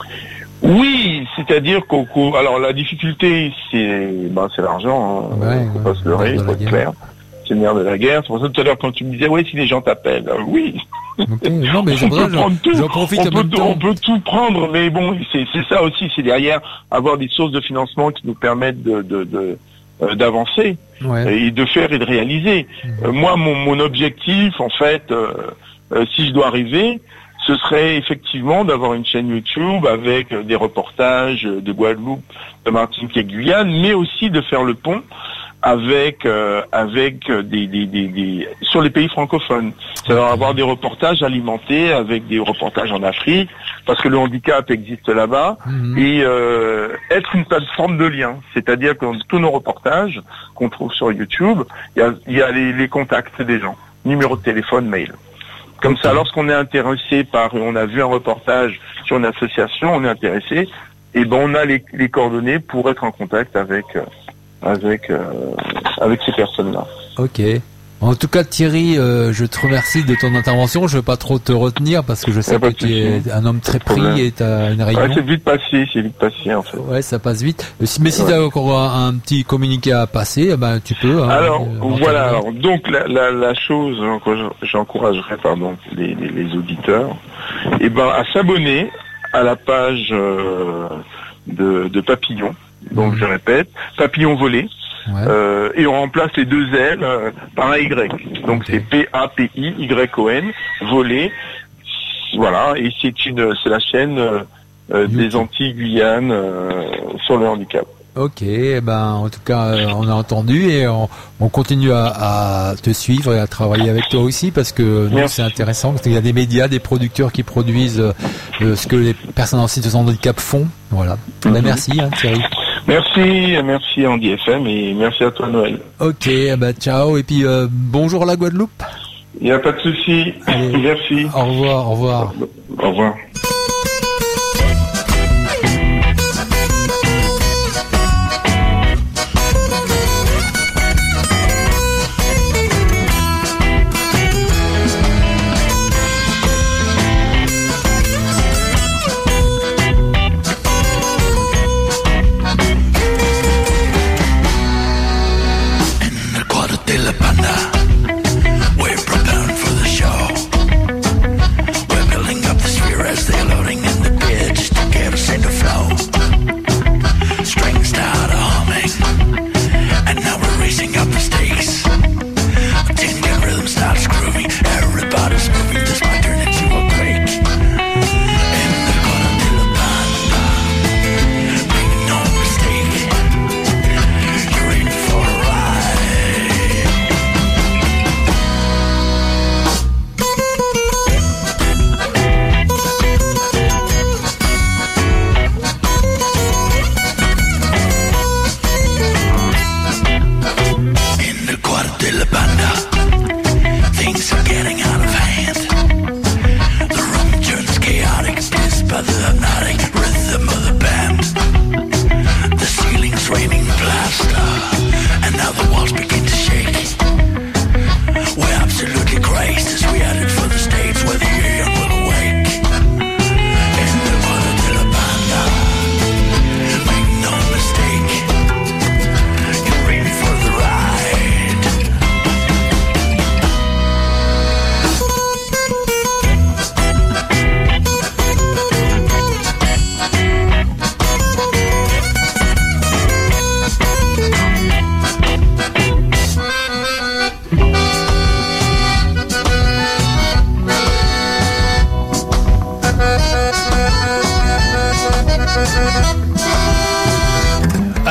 S6: Oui, c'est-à-dire qu'au coup, alors la difficulté, c'est, ben, c'est l'argent, hein. Ouais, faut ouais, pas se leurrer, faut être clair. C'est le nerf de la guerre. C'est pour ça tout à l'heure quand tu me disais, ouais, si les gens t'appellent, euh, oui.
S1: Okay. Non, mais
S6: on peut prendre tout.
S1: J'en profite
S6: on,
S1: en
S6: peut,
S1: même temps.
S6: on peut tout prendre, mais bon, c'est, c'est ça aussi, c'est derrière avoir des sources de financement qui nous permettent de, de, de euh, d'avancer ouais. et de faire et de réaliser. Mmh. Euh, moi, mon, mon objectif, en fait. Euh, Euh, si je dois arriver, ce serait effectivement d'avoir une chaîne YouTube avec euh, des reportages de Guadeloupe, de Martinique et Guyane, mais aussi de faire le pont avec euh, avec des, des, des, des sur les pays francophones. C'est-à-dire avoir des reportages alimentés avec des reportages en Afrique, parce que le handicap existe là-bas, mmh. et euh, être une plateforme de lien. C'est-à-dire que dans tous nos reportages qu'on trouve sur YouTube, il y a, y a les, les contacts des gens, numéro de téléphone, mail. Comme ça, lorsqu'on est intéressé par, on a vu un reportage sur une association, on est intéressé, et ben on a les, les coordonnées pour être en contact avec euh, avec euh, avec ces personnes-là.
S1: Ok. En tout cas, Thierry, euh, je te remercie de ton intervention. Je ne veux pas trop te retenir parce que je sais que tu es un homme très pris et tu as une réunion.
S6: Ouais, c'est vite passé, c'est vite passé en fait.
S1: Ouais, ça passe vite. Mais si ouais. tu as encore un, un petit communiqué à passer, ben tu peux. Hein,
S6: alors euh, voilà. Alors, donc la, la, la chose, j'encouragerais pardon les, les, les auditeurs, et ben à s'abonner à la page euh, de, de Papillon. Donc mmh. je répète, Papillon volé. Ouais. Euh, et on remplace les deux L euh, par un Y. Donc okay. c'est P A P I Y O N, volé. Voilà, et c'est une c'est la chaîne euh, des Antilles Guyane euh, sur le handicap.
S1: Ok, ben en tout cas euh, on a entendu et on, on continue à, à te suivre et à travailler avec toi aussi parce que nous c'est intéressant parce qu'il y a des médias, des producteurs qui produisent euh, ce que les personnes en situation de handicap font. Voilà. Mm-hmm. Ben, merci hein, Thierry.
S6: Merci, merci Andy F M et merci à toi Noël.
S1: Ok, bah ciao et puis euh, bonjour la Guadeloupe.
S6: Il n'y a pas de souci. Allez, merci.
S1: Au revoir, au revoir.
S6: Au revoir.
S7: We're preparing for the show. We're building up the sphere as the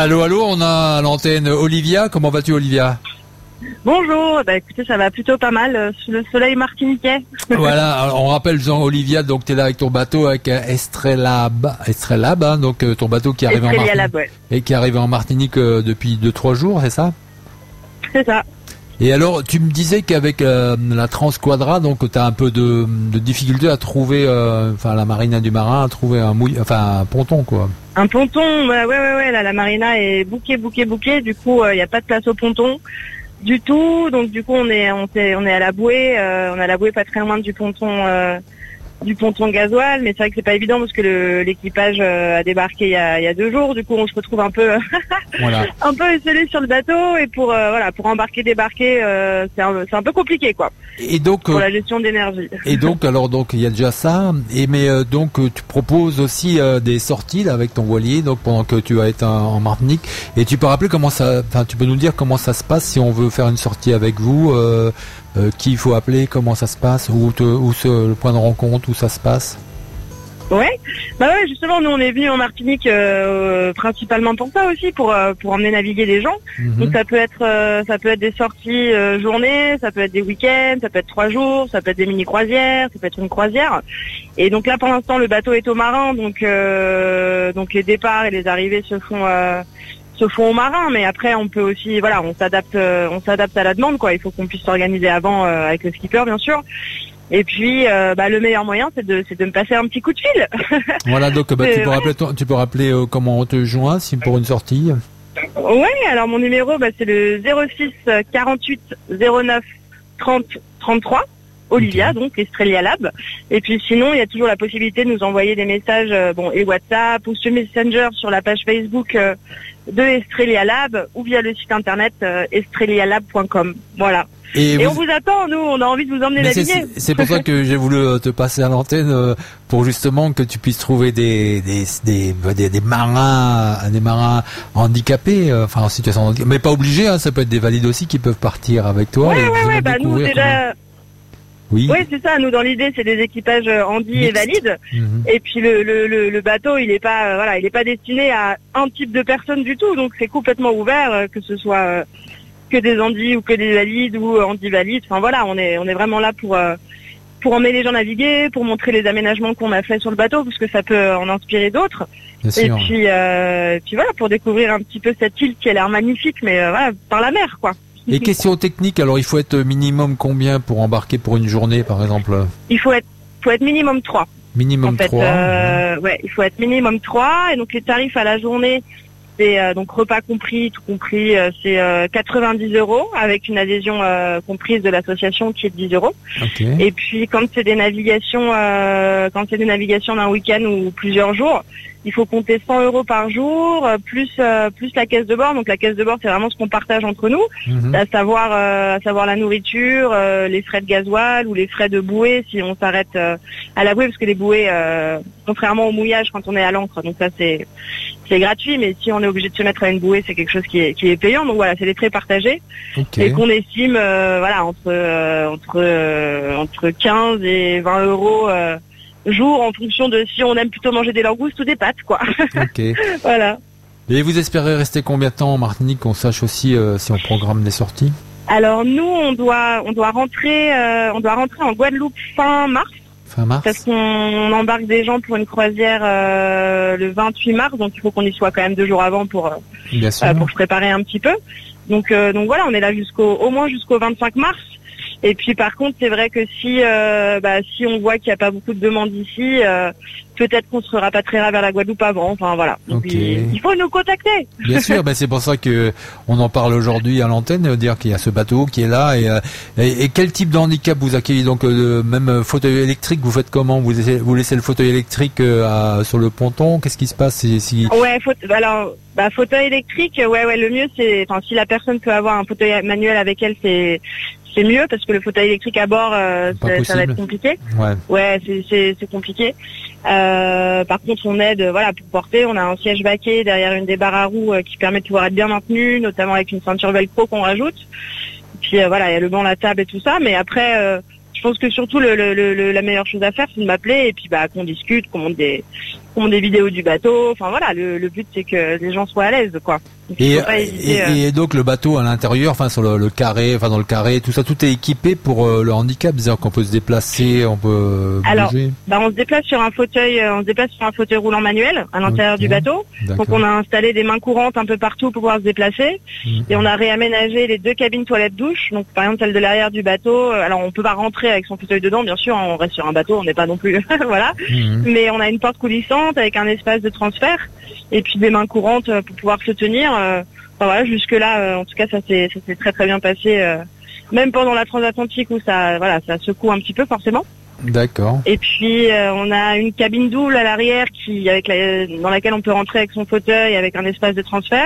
S1: Allô, allô, on a à l'antenne Olivia. Comment vas-tu, Olivia?
S7: Bonjour, bah écoutez, ça va plutôt pas mal, euh, sous le soleil martiniquais.
S1: Voilà, alors, on rappelle Jean Olivia, donc tu es là avec ton bateau avec euh, Estrelab, Estrelab, hein, donc euh, ton bateau qui arrive en
S7: Estrelia
S1: Martinique
S7: Lab, ouais.
S1: et qui arrive en Martinique euh, depuis deux trois jours, c'est ça?
S7: C'est ça.
S1: Et alors, tu me disais qu'avec euh, la Transquadra, donc tu as un peu de, de difficulté à trouver, euh, enfin la marina du marin, à trouver un mouille, enfin un ponton, quoi.
S7: Un ponton, bah, ouais, ouais, ouais, là, la marina est bouquée, bouquée, bouquée, du coup, il n'y a pas de place au ponton du tout, donc du coup, on est, on est, on est à la bouée, euh, on est à la bouée pas très loin du ponton, euh, du ponton gasoil, mais c'est vrai que c'est pas évident parce que le, l'équipage euh, a débarqué il y a, il y a deux jours, du coup, on se retrouve un peu,
S1: Voilà.
S7: un peu esselé sur le bateau, et pour, euh, voilà, pour embarquer, débarquer, euh, c'est un, c'est un peu compliqué, quoi.
S1: Et donc,
S7: Pour
S1: euh,
S7: la gestion d'énergie.
S1: et donc, alors donc il y a déjà ça. Et mais euh, donc euh, tu proposes aussi euh, des sorties là, avec ton voilier, donc pendant que tu vas être en, en Martinique. Et tu peux rappeler comment ça, enfin tu peux nous dire comment ça se passe si on veut faire une sortie avec vous, euh, euh, qui il faut appeler, comment ça se passe, où, te, où se, le point de rencontre, où ça se passe.
S7: Ouais, bah ouais, justement, nous on est venus en Martinique euh, principalement pour ça aussi, pour euh, pour emmener naviguer des gens.
S1: Mhm.
S7: Donc ça peut être euh, ça peut être des sorties euh, journées, ça peut être des week-ends, ça peut être trois jours, ça peut être des mini croisières, ça peut être une croisière. Et donc là pour l'instant le bateau est au marin, donc euh, donc les départs et les arrivées se font euh, se font au marin, mais après on peut aussi voilà on s'adapte euh, on s'adapte à la demande quoi. Il faut qu'on puisse s'organiser avant euh, avec le skipper bien sûr. Et puis, euh, bah, le meilleur moyen, c'est de, c'est de me passer un petit coup de fil.
S1: Voilà, donc bah,
S7: C'est-
S1: tu peux
S7: ouais.
S1: rappeler, ton- tu peux rappeler euh, comment on te joint si pour une sortie.
S7: Ouais, alors mon numéro, bah, c'est le zéro six quarante-huit zéro neuf trente trente-trois. Olivia,
S1: Ok.
S7: donc Estrelia Lab. Et puis sinon, il y a toujours la possibilité de nous envoyer des messages, euh, bon, et WhatsApp ou sur Messenger sur la page Facebook euh, de Estrelia Lab ou via le site internet euh, estrelialab point com. Voilà.
S1: Et,
S7: Et
S1: vous-
S7: on vous attend, nous, on a envie de vous emmener
S1: Mais c'est,
S7: naviguer.
S1: c'est- c'est pour ça que j'ai voulu euh, te passer à l'antenne euh, pour justement que tu puisses trouver des des des, des, des marins des marins handicapés, euh, enfin en situation de handicap, mais pas obligés, hein, ça peut être des valides aussi qui peuvent partir avec toi.
S7: Ouais,
S1: et
S7: ouais,
S1: vraiment
S7: ouais, bah nous
S1: découvrir
S7: déjà,
S1: comment- Oui.
S7: ouais, c'est ça, nous dans l'idée, c'est des équipages euh, handi et
S1: Mixte.
S7: valides.
S1: Mhm.
S7: Et puis le, le, le, le bateau, il est pas euh, voilà, il est pas destiné à un type de personne du tout, donc c'est complètement ouvert, euh, que ce soit euh, que des handis ou que des valides ou euh, handi-valides. Enfin voilà, on est on est vraiment là pour euh, pour emmener les gens naviguer, pour montrer les aménagements qu'on a fait sur le bateau, parce que ça peut en inspirer d'autres.
S1: Bien
S7: Et
S1: sûr.
S7: puis euh, et puis voilà, pour découvrir un petit peu cette île qui a l'air magnifique, mais euh, voilà, par la mer quoi.
S1: Et question technique, alors il faut être minimum combien pour embarquer pour une journée par exemple?
S7: Il faut être faut être minimum trois.
S1: Minimum
S7: En fait,
S1: trois.
S7: euh, ouais, il faut être minimum trois. Et donc les tarifs à la journée, c'est euh, donc repas compris, tout compris, euh, c'est euh, quatre-vingt-dix euros avec une adhésion euh, comprise de l'association qui est de dix euros.
S1: Ok.
S7: Et puis quand c'est des navigations, euh, quand c'est des navigations d'un week-end ou plusieurs jours, il faut compter cent euros par jour euh, plus euh, plus la caisse de bord. Donc la caisse de bord, c'est vraiment ce qu'on partage entre nous,
S1: Mhm.
S7: à savoir euh, à savoir la nourriture, euh, les frais de gasoil ou les frais de bouée si on s'arrête euh, à la bouée, parce que les bouées, euh, contrairement au mouillage quand on est à l'ancre, donc ça c'est c'est gratuit, mais si on est obligé de se mettre à une bouée, c'est quelque chose qui est qui est payant. Donc voilà, c'est des frais partagés
S1: Ok.
S7: et qu'on estime euh, voilà entre euh, entre euh, entre quinze et vingt euros euh, jour en fonction de si on aime plutôt manger des langoustes ou des pâtes quoi.
S1: Ok.
S7: Voilà.
S1: Et vous espérez rester combien de temps en Martinique, qu'on sache aussi euh, si on programme des sorties?
S7: Alors nous on doit on doit rentrer euh, on doit rentrer en Guadeloupe fin mars.
S1: Fin mars?
S7: Parce qu'on embarque des gens pour une croisière euh, le vingt-huit mars, donc il faut qu'on y soit quand même deux jours avant pour euh,
S1: Bien sûr.
S7: euh, pour se préparer un petit peu. Donc euh, donc voilà, on est là jusqu'au au moins jusqu'au vingt-cinq mars. Et puis par contre, c'est vrai que si euh, bah, si on voit qu'il n'y a pas beaucoup de demandes ici, euh, peut-être qu'on se rapatriera vers la Guadeloupe avant. Enfin voilà. Donc,
S1: Ok.
S7: il, il faut nous contacter.
S1: Bien sûr, ben c'est pour ça que on en parle aujourd'hui à l'antenne, euh, dire qu'il y a ce bateau qui est là et, euh, et, et quel type de handicap vous accueillez, donc euh, même euh, fauteuil électrique, vous faites comment, vous laissez, vous laissez le fauteuil électrique euh, à- sur le ponton, qu'est-ce qui se passe si, si...
S7: Ouais, faut, alors bah, fauteuil électrique, ouais ouais, le mieux c'est, enfin si la personne peut avoir un fauteuil manuel avec elle, c'est c'est mieux parce que le fauteuil électrique à bord, euh,
S1: Pas
S7: ça, ça va
S1: possible.
S7: être compliqué.
S1: Ouais.
S7: Ouais, c'est c'est c'est compliqué. Euh, par contre, on aide, voilà, pour porter. On a un siège baquet derrière une des barres à roues euh, qui permet de pouvoir être bien maintenu, notamment avec une ceinture velcro qu'on rajoute. Puis euh, voilà, il y a le banc, la table et tout ça. Mais après, euh, je je pense que surtout le, le, le, la meilleure chose à faire, c'est de m'appeler et puis bah qu'on discute, qu'on monte des, qu'on monte des vidéos du bateau. Enfin voilà, le, le but c'est que les gens soient à l'aise, quoi. Donc,
S1: et,
S7: faut pas hésiter,
S1: et,
S7: euh...
S1: et donc le bateau à l'intérieur, enfin sur le, le carré, enfin dans le carré, tout ça, tout est équipé pour euh, le handicap, c'est-à-dire qu'on peut se déplacer, on peut
S7: Alors,
S1: bouger.
S7: bah on se déplace sur un fauteuil, euh, on se déplace sur un fauteuil roulant manuel à l'intérieur
S1: Okay.
S7: du bateau.
S1: D'accord.
S7: Donc on a installé des mains courantes un peu partout pour pouvoir se déplacer.
S1: Mhm.
S7: Et on a réaménagé les deux cabines toilettes douches. Donc par exemple celle de l'arrière du bateau. euh, Alors on peut pas rentrer avec son fauteuil dedans, bien sûr. On reste sur un bateau, on n'est pas non plus, voilà.
S1: Mhm.
S7: Mais on a une porte coulissante avec un espace de transfert et puis des mains courantes euh, pour pouvoir se tenir. euh, Enfin voilà, jusque là, en tout cas, ça s'est ça s'est très très bien passé. Euh, même pendant la transatlantique où ça voilà, ça secoue un petit peu forcément.
S1: D'accord.
S7: Et puis euh, on a une cabine double à l'arrière qui avec la, dans laquelle on peut rentrer avec son fauteuil avec un espace de transfert.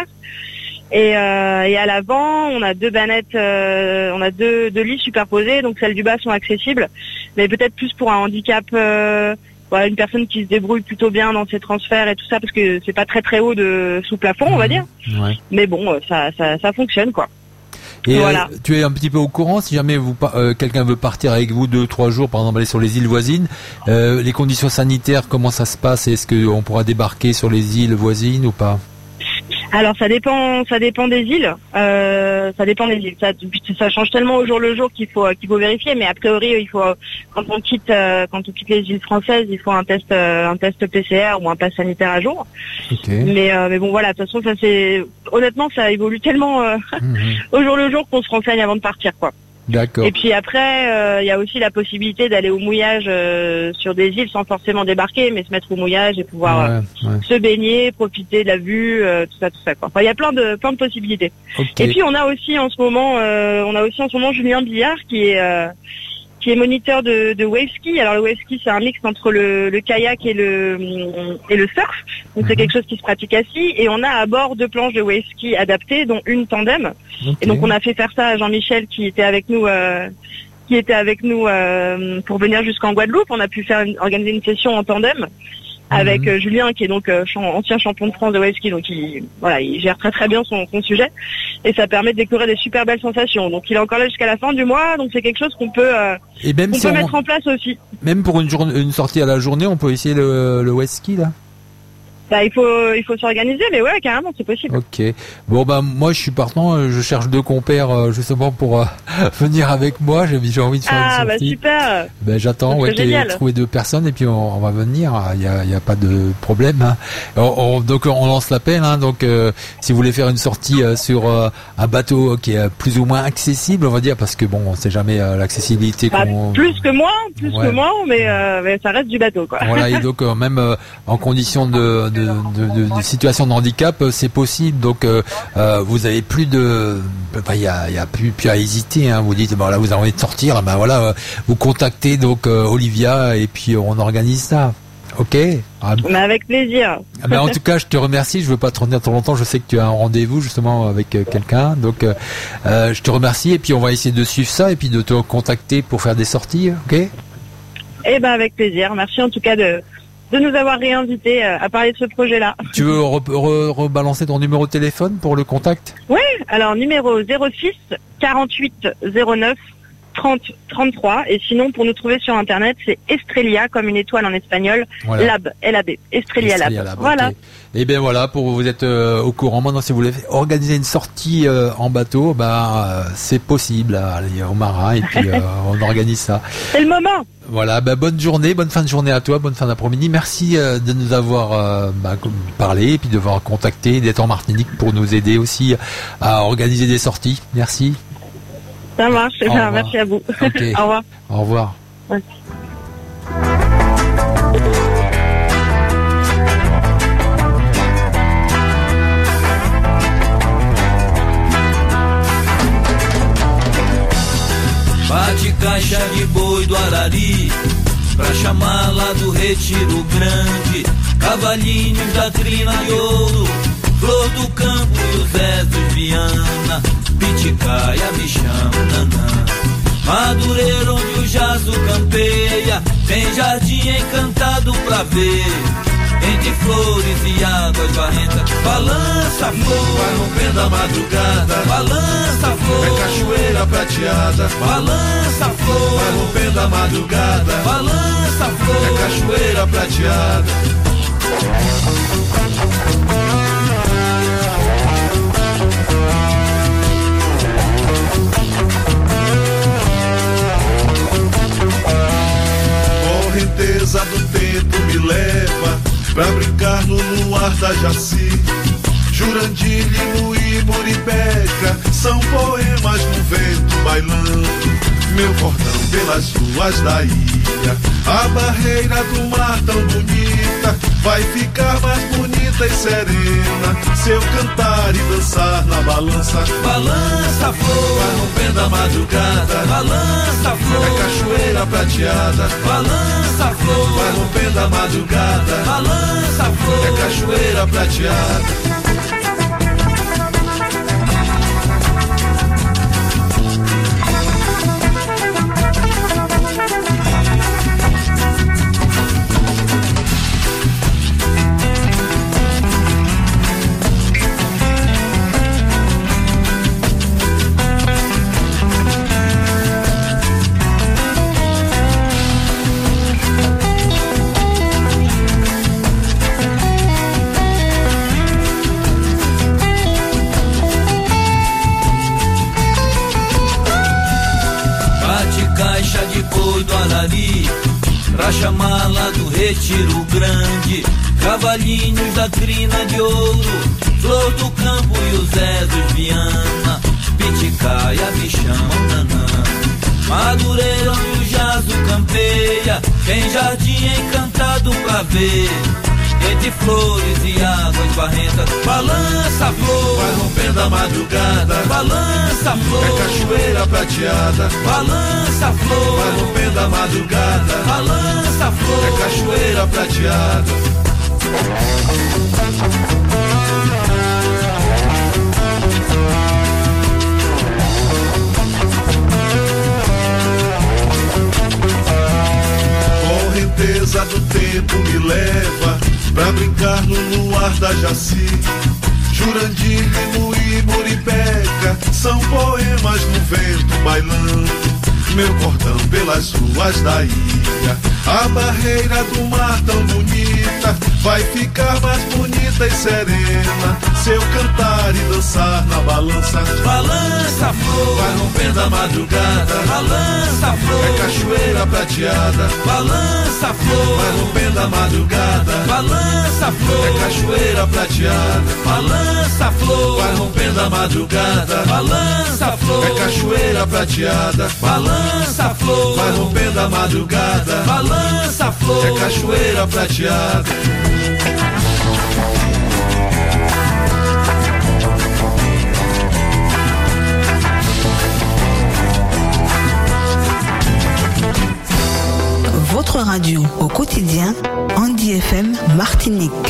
S7: Et, euh, et à l'avant, on a deux bannettes, euh, on a deux, deux lits superposés, donc celles du bas sont accessibles, mais peut-être plus pour un handicap, euh, voilà, une personne qui se débrouille plutôt bien dans ses transferts et tout ça, parce que c'est pas très très haut de sous plafond, on va dire.
S1: Ouais.
S7: Mais bon, euh, ça, ça, ça fonctionne quoi.
S1: Et
S7: Voilà.
S1: euh, tu es un petit peu au courant si jamais vous pa- euh, quelqu'un veut partir avec vous deux trois jours, par exemple aller sur les îles voisines, euh, les conditions sanitaires, comment ça se passe? Est-ce qu'on pourra débarquer sur les îles voisines ou pas?
S7: Alors ça dépend, ça dépend des îles. Euh, ça dépend des îles. Ça, ça change tellement au jour le jour qu'il faut qu'il faut vérifier. Mais a priori, il faut quand on quitte euh, quand on quitte les îles françaises, il faut un test euh, un test P C R ou un pass sanitaire à jour.
S1: Okay.
S7: Mais euh, mais bon voilà, de toute façon ça c'est honnêtement ça évolue tellement euh,
S1: Mhm.
S7: au jour le jour qu'on se renseigne avant de partir quoi.
S1: D'accord.
S7: Et puis après, euh, il y a aussi la possibilité d'aller au mouillage euh, sur des îles sans forcément débarquer, mais se mettre au mouillage et pouvoir euh,
S1: Ouais, ouais.
S7: se baigner, profiter de la vue, euh, tout ça, tout ça. Quoi. Enfin, il y a plein de plein de possibilités.
S1: Ok.
S7: Et puis on a aussi en ce moment, euh, on a aussi en ce moment Julien Billard qui est euh, qui est moniteur de, de wave ski. Alors le wave ski c'est un mix entre le, le kayak et le et le surf. Donc
S1: Mhm.
S7: c'est quelque chose qui se pratique assis. Et on a à bord deux planches de wave ski adaptées, dont une tandem.
S1: Ok.
S7: Et donc on a fait faire ça à Jean-Michel qui était avec nous, euh, qui était avec nous euh, pour venir jusqu'en Guadeloupe. On a pu faire une, organiser une session en tandem avec
S1: Mhm.
S7: euh, Julien qui est donc euh, champ- ancien champion de France de wave ski. Donc il voilà, il gère très très bien son, son sujet et ça permet de découvrir des super belles sensations. Donc il est encore là jusqu'à la fin du mois. Donc c'est quelque chose qu'on peut euh,
S1: Et même
S7: qu'on
S1: si
S7: peut
S1: on-
S7: mettre en place aussi.
S1: même pour une journée, une sortie à la journée, on peut essayer le, le west ski là.
S7: Bah, il faut il faut s'organiser, mais ouais carrément c'est possible.
S1: Ok. Bon bah moi je suis partant, euh, je cherche deux compères euh, justement pour euh, venir avec moi. J'ai j'ai envie de faire
S7: Ah
S1: une
S7: bah
S1: sortie.
S7: super.
S1: Ben j'attends,
S7: Ça
S1: ouais,
S7: serait
S1: t'es-
S7: génial.
S1: trouver deux personnes et puis on, on va venir. Il y a, il y a pas de problème. Hein. On, on- donc on lance l'appel. Hein, donc euh, si vous voulez faire une sortie euh, sur euh, un bateau qui est plus ou moins accessible, on va dire, parce que bon, on sait jamais euh, l'accessibilité.
S7: Bah,
S1: qu'on-
S7: plus que moi, plus
S1: Ouais.
S7: que moi, mais, euh, mais ça reste du bateau quoi.
S1: Voilà, et donc euh, même euh, en condition de, de, de, de- de situation de handicap, euh, c'est possible. Donc euh, euh, vous avez plus de, enfin, il y a, il y a plus, plus à hésiter. Hein. Vous dites, bon là vous avez envie de sortir, ben voilà, euh, vous contactez donc euh, Olivia et puis on organise ça. Ok. Ah,
S7: Mais avec plaisir.
S1: ben, en tout cas, je te remercie. Je veux pas te retenir trop longtemps. Je sais que tu as un rendez-vous justement avec euh, quelqu'un. Donc euh, euh, je te remercie et puis on va essayer de suivre ça et puis de te contacter pour faire des sorties. Ok.
S7: Eh ben avec plaisir. Merci en tout cas de de nous avoir réinvités euh, à parler de ce projet-là.
S1: Tu veux re- re- rebalancer ton numéro de téléphone pour le contact?
S7: Ouais. Alors numéro zéro six quarante-huit zéro neuf trente trente-trois et sinon pour nous trouver sur internet c'est Estrella comme une étoile en espagnol,
S1: Voilà.
S7: Lab L A B Estrella Lab.
S1: Estrella Lab,
S7: Voilà.
S1: ok. Et bien voilà, pour vous êtes euh, au courant. Maintenant, si vous voulez organiser une sortie euh, en bateau, bah euh, c'est possible. Allez au marin et puis euh, on organise ça.
S7: C'est le moment.
S1: Voilà, bah, bonne journée, bonne fin de journée à toi, bonne fin d'après-midi. Merci euh, de nous avoir euh, bah, com- parlé et puis de avoir contacté, d'être en Martinique pour nous aider aussi à organiser des sorties. Merci.
S7: Ça marche. Eh
S1: Au
S7: ben,
S1: revoir.
S7: merci à vous.
S1: Ok.
S7: Au revoir.
S1: Au revoir.
S7: Ouais.
S8: Bate caixa de boi do Arari, pra chamar lá do Retiro Grande, cavalinhos da crina de ouro, flor do campo e o Zé dos Viana, piticaia, bichão, nanã. Madureira onde o jazo campeia, tem jardim encantado pra ver, entre flores e águas barrentas. Balança flor, vai rompendo a madrugada. Balança flor, é cachoeira prateada. Balança flor, vai rompendo a madrugada. Balança flor, é cachoeira prateada.
S9: Correnteza do tempo me leva pra brincar no luar da Jaci. Jurandir, Limo e Muribeca são poemas no vento bailando. Meu cordão pelas ruas da ilha, a barreira do mar tão bonita vai ficar mais bonita e serena se eu cantar e dançar na balança.
S8: Balança flor, vai rompendo a madrugada. Balança flor, é cachoeira prateada. Balança flor, vai rompendo a madrugada. Balança flor, é cachoeira prateada. Pra chamar lá do Retiro Grande, cavalinhos da crina de ouro, Flor do Campo e o Zé dos Viana, Piticaia, Bichão, Nanã, Madureira onde o jazo campeia, tem jardim encantado pra ver, entre flores e águas barrentas. Balança flor,
S9: vai rompendo a madrugada.
S8: Balança flor,
S9: é cachoeira prateada.
S8: Balança flor,
S9: vai rompendo a madrugada.
S8: Balança flor,
S9: é cachoeira prateada. Correnteza do tempo me leva pra brincar no luar da Jaci. Jurandir, Limo e Muribeca são poemas no vento bailando. Meu cordão pelas ruas da ilha, a barreira do mar tão bonita vai ficar mais bonita e serena se eu cantar e dançar na balança.
S8: Balança flor,
S9: vai rompendo a madrugada.
S8: Balança flor,
S9: é cachoeira prateada.
S8: Balança flor,
S9: vai rompendo a madrugada.
S8: Balança flor,
S9: é cachoeira prateada.
S8: Balança flor,
S9: vai rompendo a madrugada.
S8: Balança flor,
S9: é cachoeira prateada.
S8: Balança flor,
S9: vai rompendo a madrugada.
S8: Balança flor,
S9: é cachoeira prateada.
S10: Votre radio au quotidien, Andy F M Martinique.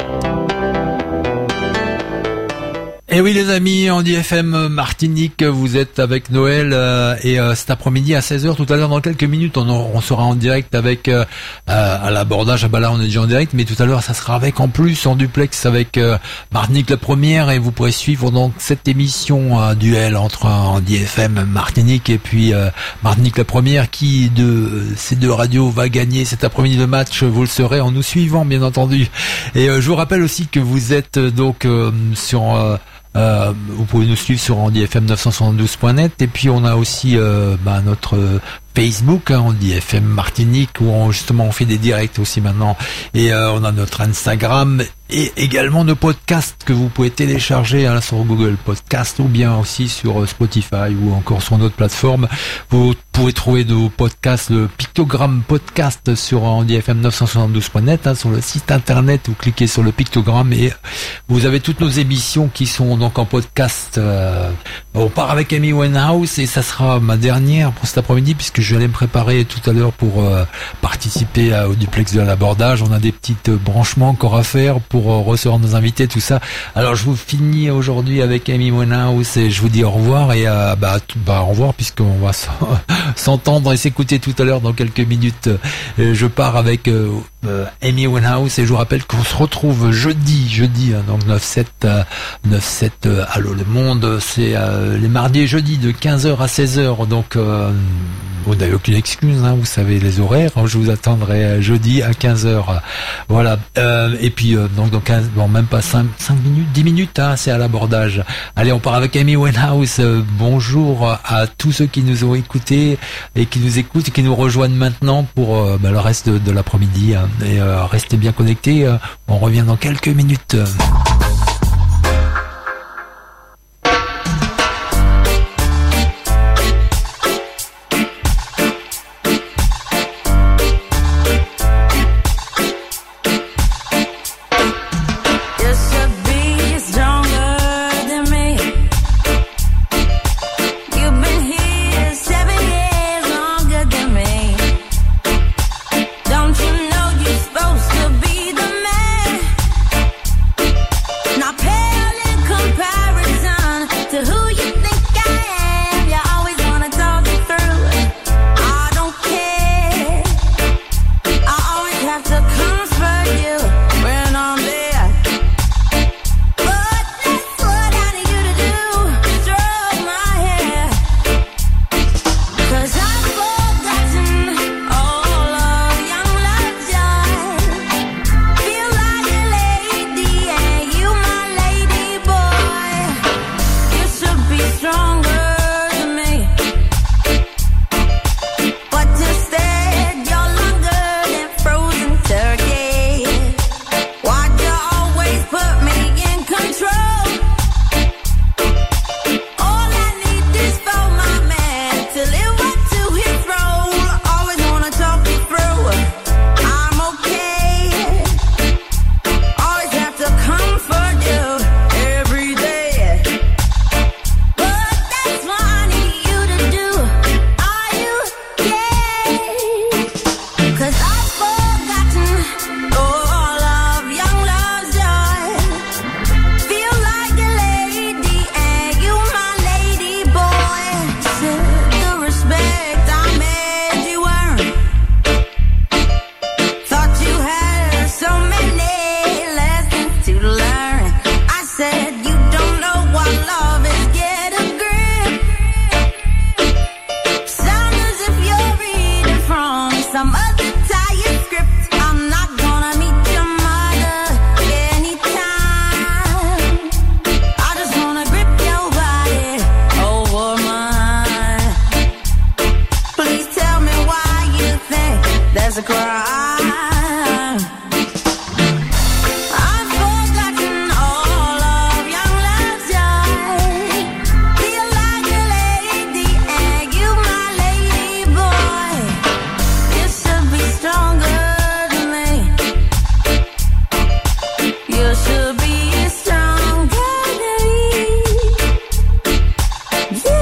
S1: Et oui les amis, Andy F M Martinique, vous êtes avec Noël euh, et euh, cet après-midi à seize heures, tout à l'heure dans quelques minutes, on, on sera en direct avec euh, euh, à l'abordage, ah bah là on est déjà en direct, mais tout à l'heure ça sera avec en plus en duplex avec euh, Martinique la première et vous pourrez suivre donc cette émission un duel entre Andy F M Martinique et puis euh, Martinique la première. Qui de ces deux radios va gagner cet après-midi de match, vous le saurez en nous suivant bien entendu. Et euh, je vous rappelle aussi que vous êtes euh, donc euh, sur euh, Euh, vous pouvez nous suivre sur Andy F M neuf cent soixante-douze point net et puis on a aussi euh, bah, notre euh, Facebook, hein, Andy F M Martinique où on, justement on fait des directs aussi maintenant et euh, on a notre Instagram et également nos podcasts que vous pouvez télécharger hein, sur Google Podcast ou bien aussi sur Spotify ou encore sur notre plateforme. Vous pouvez trouver nos podcasts, le pictogramme podcast sur Andy F M neuf cent soixante-douze point net hein, sur le site internet. Vous cliquez sur le pictogramme et vous avez toutes nos émissions qui sont donc en podcast. Euh, on part avec Amy Winehouse et ça sera ma dernière pour cet après-midi puisque que j'allais me préparer tout à l'heure pour euh, participer à, au duplex de l'abordage. On a des petites branchements encore à faire pour euh, recevoir nos invités, tout ça. Alors je vous finis aujourd'hui avec Amy Winehouse et je vous dis au revoir et euh, bah, tout, bah au revoir puisqu'on va s'entendre et s'écouter tout à l'heure dans quelques minutes. Euh, je pars avec euh, euh, Amy Winehouse et je vous rappelle qu'on se retrouve jeudi, jeudi hein, donc neuf sept euh, neuf sept euh, Allô le monde, c'est euh, les mardis et jeudis de quinze heures à seize heures, donc euh, vous n'avez aucune excuse, hein, vous savez les horaires, je vous attendrai jeudi à quinze heures, voilà, euh, et puis euh, donc dans quinze, bon même pas cinq minutes, dix minutes, hein, c'est à l'abordage. Allez, on part avec Amy Winehouse. Euh, bonjour à tous ceux qui nous ont écoutés et qui nous écoutent et qui nous rejoignent maintenant pour euh, bah, le reste de, de l'après-midi, hein, et euh, restez bien connectés, euh, on revient dans quelques minutes.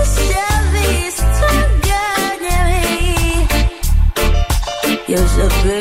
S3: You're so good.